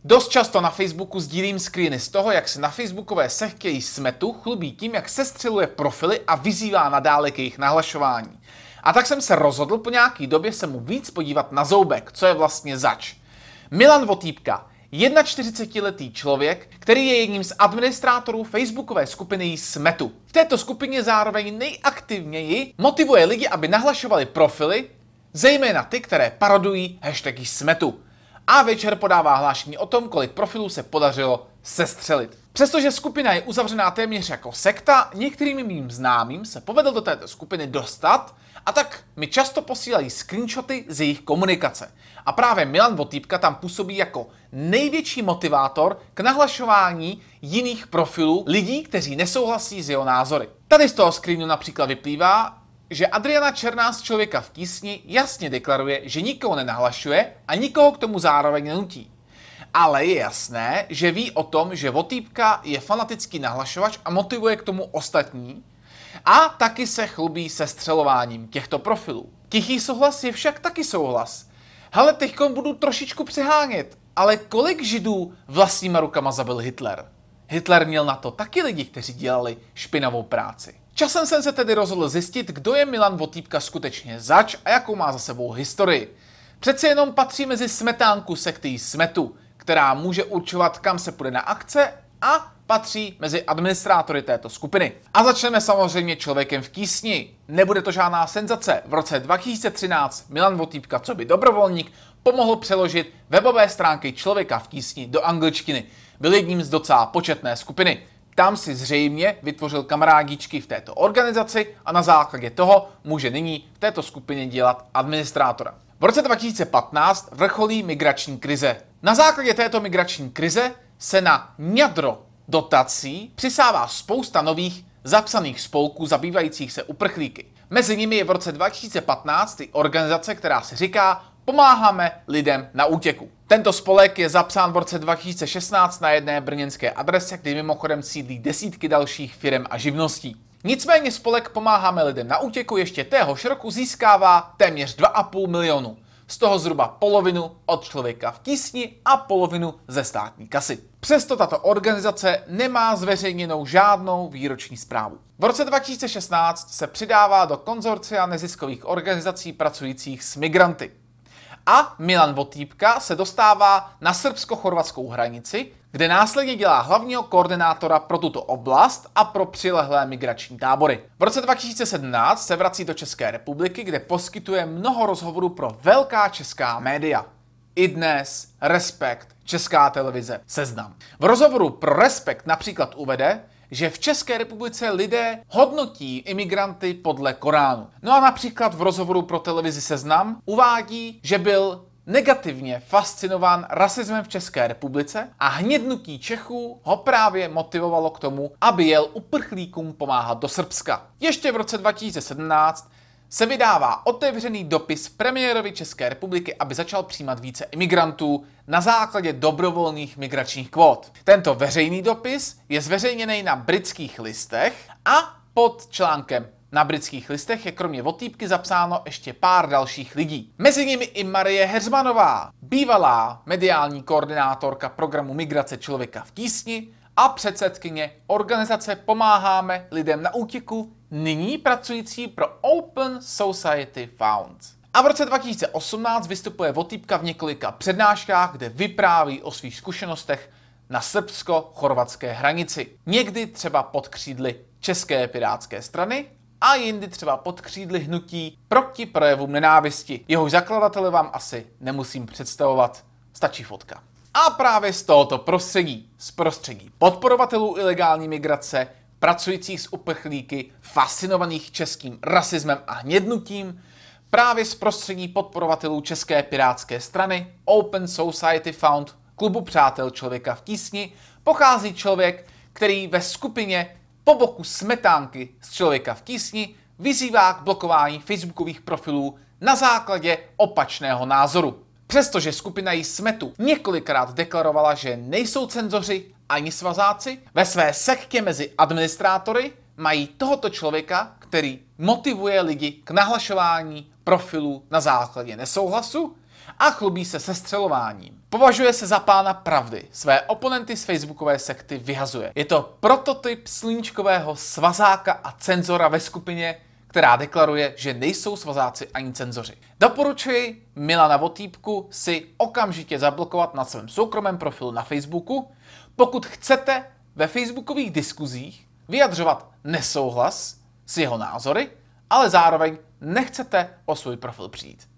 Dost často na Facebooku sdílím screeny z toho, jak se na facebookové sekě Smetu chlubí tím, jak sestřeluje profily a vyzývá nadále k jejich nahlašování. A tak jsem se rozhodl po nějaký době se mu víc podívat na zoubek, co je vlastně zač. Milan Votýpka, 41letý člověk, který je jedním z administrátorů facebookové skupiny Smetu. V této skupině zároveň nejaktivněji motivuje lidi, aby nahlašovali profily, zejména ty, které parodují hashtagy Smetu. A večer podává hlášení o tom, kolik profilů se podařilo sestřelit. Přestože skupina je uzavřená téměř jako sekta, některým mým známým se povedlo do této skupiny dostat a tak mi často posílají screenshoty z jejich komunikace. A právě Milan Votýpka tam působí jako největší motivátor k nahlašování jiných profilů lidí, kteří nesouhlasí s jeho názory. Tady z toho screenu například vyplývá, že Adriana Černá z Člověka v tísni jasně deklaruje, že nikoho nenahlašuje a nikoho k tomu zároveň nenutí. Ale je jasné, že ví o tom, že Votýpka je fanatický nahlašovač a motivuje k tomu ostatní a taky se chlubí sestřelováním těchto profilů. Tichý souhlas je však taky souhlas. Hele, teďkon budu trošičku přehánět, ale kolik Židů vlastníma rukama zabil Hitler? Hitler měl na to taky lidi, kteří dělali špinavou práci. Časem jsem se tedy rozhodl zjistit, kdo je Milan Votýpka skutečně zač a jakou má za sebou historii. Přece jenom patří mezi smetánku sekty Smetu, která může určovat, kam se půjde na akce a patří mezi administrátory této skupiny. A začneme samozřejmě Člověkem v tísni. Nebude to žádná senzace. V roce 2013 Milan Votýpka, coby dobrovolník, pomohl přeložit webové stránky Člověka v tísni do angličtiny. Byl jedním z docela početné skupiny. Tam si zřejmě vytvořil kamarádičky v této organizaci a na základě toho může nyní v této skupině dělat administrátora. V roce 2015 vrcholí migrační krize. Na základě této migrační krize se na jádro dotací přisává spousta nových zapsaných spolků zabývajících se uprchlíky. Mezi nimi je v roce 2015 i organizace, která si říká Pomáháme lidem na útěku. Tento spolek je zapsán v roce 2016 na jedné brněnské adrese, kde mimochodem sídlí desítky dalších firem a živností. Nicméně spolek Pomáháme lidem na útěku ještě téhož roku získává téměř 2,5 milionu. Z toho zhruba polovinu od Člověka v tísni a polovinu ze státní kasy. Přesto tato organizace nemá zveřejněnou žádnou výroční zprávu. V roce 2016 se přidává do konzorcia neziskových organizací pracujících s migranty. A Milan Votýpka se dostává na srbsko-chorvatskou hranici, kde následně dělá hlavního koordinátora pro tuto oblast a pro přilehlé migrační tábory. V roce 2017 se vrací do České republiky, kde poskytuje mnoho rozhovorů pro velká česká média. iDnes, Respekt, Česká televize, Seznam. V rozhovoru pro Respekt například uvede, že v České republice lidé hodnotí imigranty podle Koránu. No a například v rozhovoru pro televizi Seznam uvádí, že byl negativně fascinován rasismem v České republice a hnědnutí Čechů ho právě motivovalo k tomu, aby jel uprchlíkům pomáhat do Srbska. Ještě v roce 2017 se vydává otevřený dopis premiérovi České republiky, aby začal přijímat více imigrantů na základě dobrovolných migračních kvót. Tento veřejný dopis je zveřejněný na Britských listech a pod článkem na Britských listech je kromě Votýpky zapsáno ještě pár dalších lidí. Mezi nimi i Marie Heřmanová, bývalá mediální koordinátorka programu Migrace Člověka v tísni a předsedkyně organizace Pomáháme lidem na útěku, nyní pracující pro Open Society Found. A v roce 2018 vystupuje Votýpka v několika přednáškách, kde vypráví o svých zkušenostech na srbsko-chorvatské hranici. Někdy třeba pod křídly České pirátské strany a jindy třeba pod křídly hnutí proti projevům nenávisti. Jehož zakladatele vám asi nemusím představovat, stačí fotka. A právě z tohoto prostředí, z prostředí podporovatelů ilegální migrace, pracujících s uprchlíky, fascinovaných českým rasismem a hnědnutím, právě z prostředí podporovatelů České pirátské strany, Open Society Found, klubu přátel Člověka v tísni, pochází člověk, který ve skupině po boku smetánky z Člověka v tísni vyzývá k blokování facebookových profilů na základě opačného názoru. Přestože skupina Smetu několikrát deklarovala, že nejsou cenzoři ani svazáci, ve své sektě mezi administrátory mají tohoto člověka, který motivuje lidi k nahlašování profilů na základě nesouhlasu a chlubí se sestřelováním. Považuje se za pána pravdy, své oponenty z facebookové sekty vyhazuje. Je to prototyp sluníčkového svazáka a cenzora ve skupině, která deklaruje, že nejsou svazáci ani cenzoři. Doporučuji Milana Votýpku si okamžitě zablokovat na svém soukromém profilu na Facebooku, pokud chcete ve facebookových diskuzích vyjadřovat nesouhlas s jeho názory, ale zároveň nechcete o svůj profil přijít.